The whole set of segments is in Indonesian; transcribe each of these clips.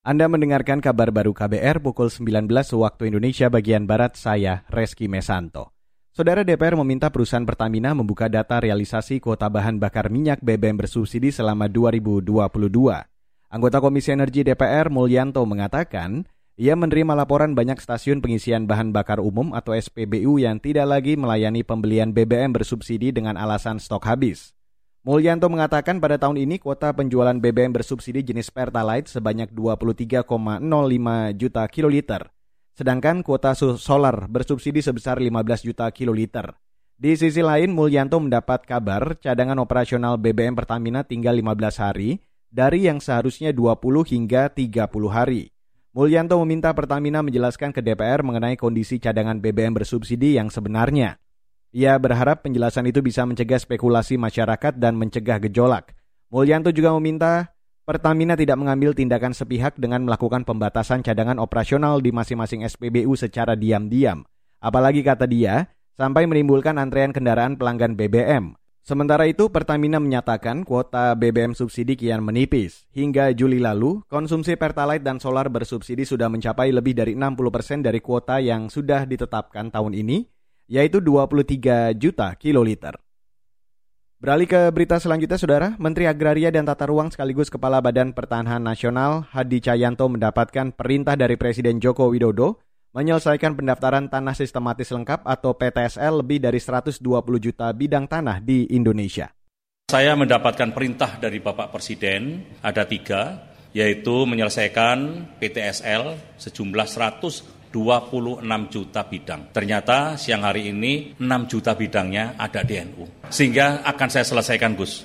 Anda mendengarkan kabar baru KBR pukul 19 waktu Indonesia bagian Barat, saya Reski Mesanto. Saudara, DPR meminta perusahaan Pertamina membuka data realisasi kuota bahan bakar minyak BBM bersubsidi selama 2022. Anggota Komisi Energi DPR Mulyanto mengatakan, ia menerima laporan banyak stasiun pengisian bahan bakar umum atau SPBU yang tidak lagi melayani pembelian BBM bersubsidi dengan alasan stok habis. Mulyanto mengatakan pada tahun ini kuota penjualan BBM bersubsidi jenis Pertalite sebanyak 23,05 juta kiloliter. Sedangkan kuota solar bersubsidi sebesar 15 juta kiloliter. Di sisi lain, Mulyanto mendapat kabar cadangan operasional BBM Pertamina tinggal 15 hari dari yang seharusnya 20 hingga 30 hari. Mulyanto meminta Pertamina menjelaskan ke DPR mengenai kondisi cadangan BBM bersubsidi yang sebenarnya. Ia berharap penjelasan itu bisa mencegah spekulasi masyarakat dan mencegah gejolak. Mulyanto juga meminta Pertamina tidak mengambil tindakan sepihak dengan melakukan pembatasan cadangan operasional di masing-masing SPBU secara diam-diam. Apalagi kata dia, sampai menimbulkan antrean kendaraan pelanggan BBM. Sementara itu, Pertamina menyatakan kuota BBM subsidi kian menipis. Hingga Juli lalu, konsumsi Pertalite dan solar bersubsidi sudah mencapai lebih dari 60% dari kuota yang sudah ditetapkan tahun ini, yaitu 23 juta kiloliter. Beralih ke berita selanjutnya, Saudara. Menteri Agraria dan Tata Ruang sekaligus Kepala Badan Pertanahan Nasional Hadi Cahyanto mendapatkan perintah dari Presiden Joko Widodo menyelesaikan pendaftaran tanah sistematis lengkap atau PTSL lebih dari 120 juta bidang tanah di Indonesia. Saya mendapatkan perintah dari Bapak Presiden, ada 3, yaitu menyelesaikan PTSL sejumlah 126 juta bidang. Ternyata siang hari ini 6 juta bidangnya ada di NU. Sehingga akan saya selesaikan, Gus.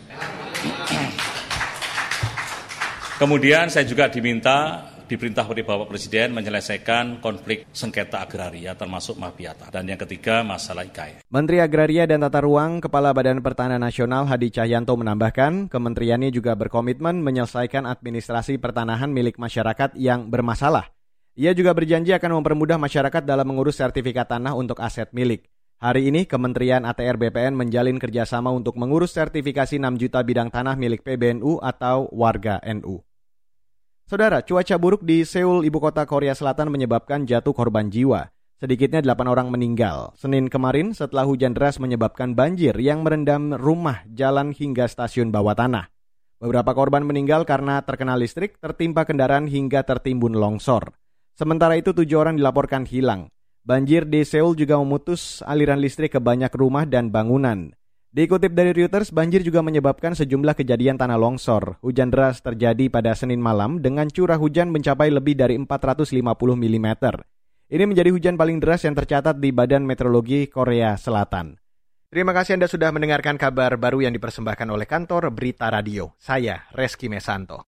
Kemudian saya juga diperintah oleh Bapak Presiden menyelesaikan konflik sengketa agraria termasuk Mafiata. Dan yang ketiga masalah IKN. Menteri Agraria dan Tata Ruang Kepala Badan Pertanahan Nasional Hadi Cahyanto menambahkan, kementeriannya juga berkomitmen menyelesaikan administrasi pertanahan milik masyarakat yang bermasalah. Ia juga berjanji akan mempermudah masyarakat dalam mengurus sertifikat tanah untuk aset milik. Hari ini, Kementerian ATR BPN menjalin kerjasama untuk mengurus sertifikasi 6 juta bidang tanah milik PBNU atau warga NU. Saudara, cuaca buruk di Seoul, ibu kota Korea Selatan menyebabkan jatuh korban jiwa. Sedikitnya 8 orang meninggal. Senin kemarin setelah hujan deras menyebabkan banjir yang merendam rumah, jalan hingga stasiun bawah tanah. Beberapa korban meninggal karena terkena listrik, tertimpa kendaraan hingga tertimbun longsor. Sementara itu 7 orang dilaporkan hilang. Banjir di Seoul juga memutus aliran listrik ke banyak rumah dan bangunan. Dikutip dari Reuters, banjir juga menyebabkan sejumlah kejadian tanah longsor. Hujan deras terjadi pada Senin malam dengan curah hujan mencapai lebih dari 450 mm. Ini menjadi hujan paling deras yang tercatat di Badan Meteorologi Korea Selatan. Terima kasih Anda sudah mendengarkan kabar baru yang dipersembahkan oleh kantor Berita Radio. Saya Reski Mesanto.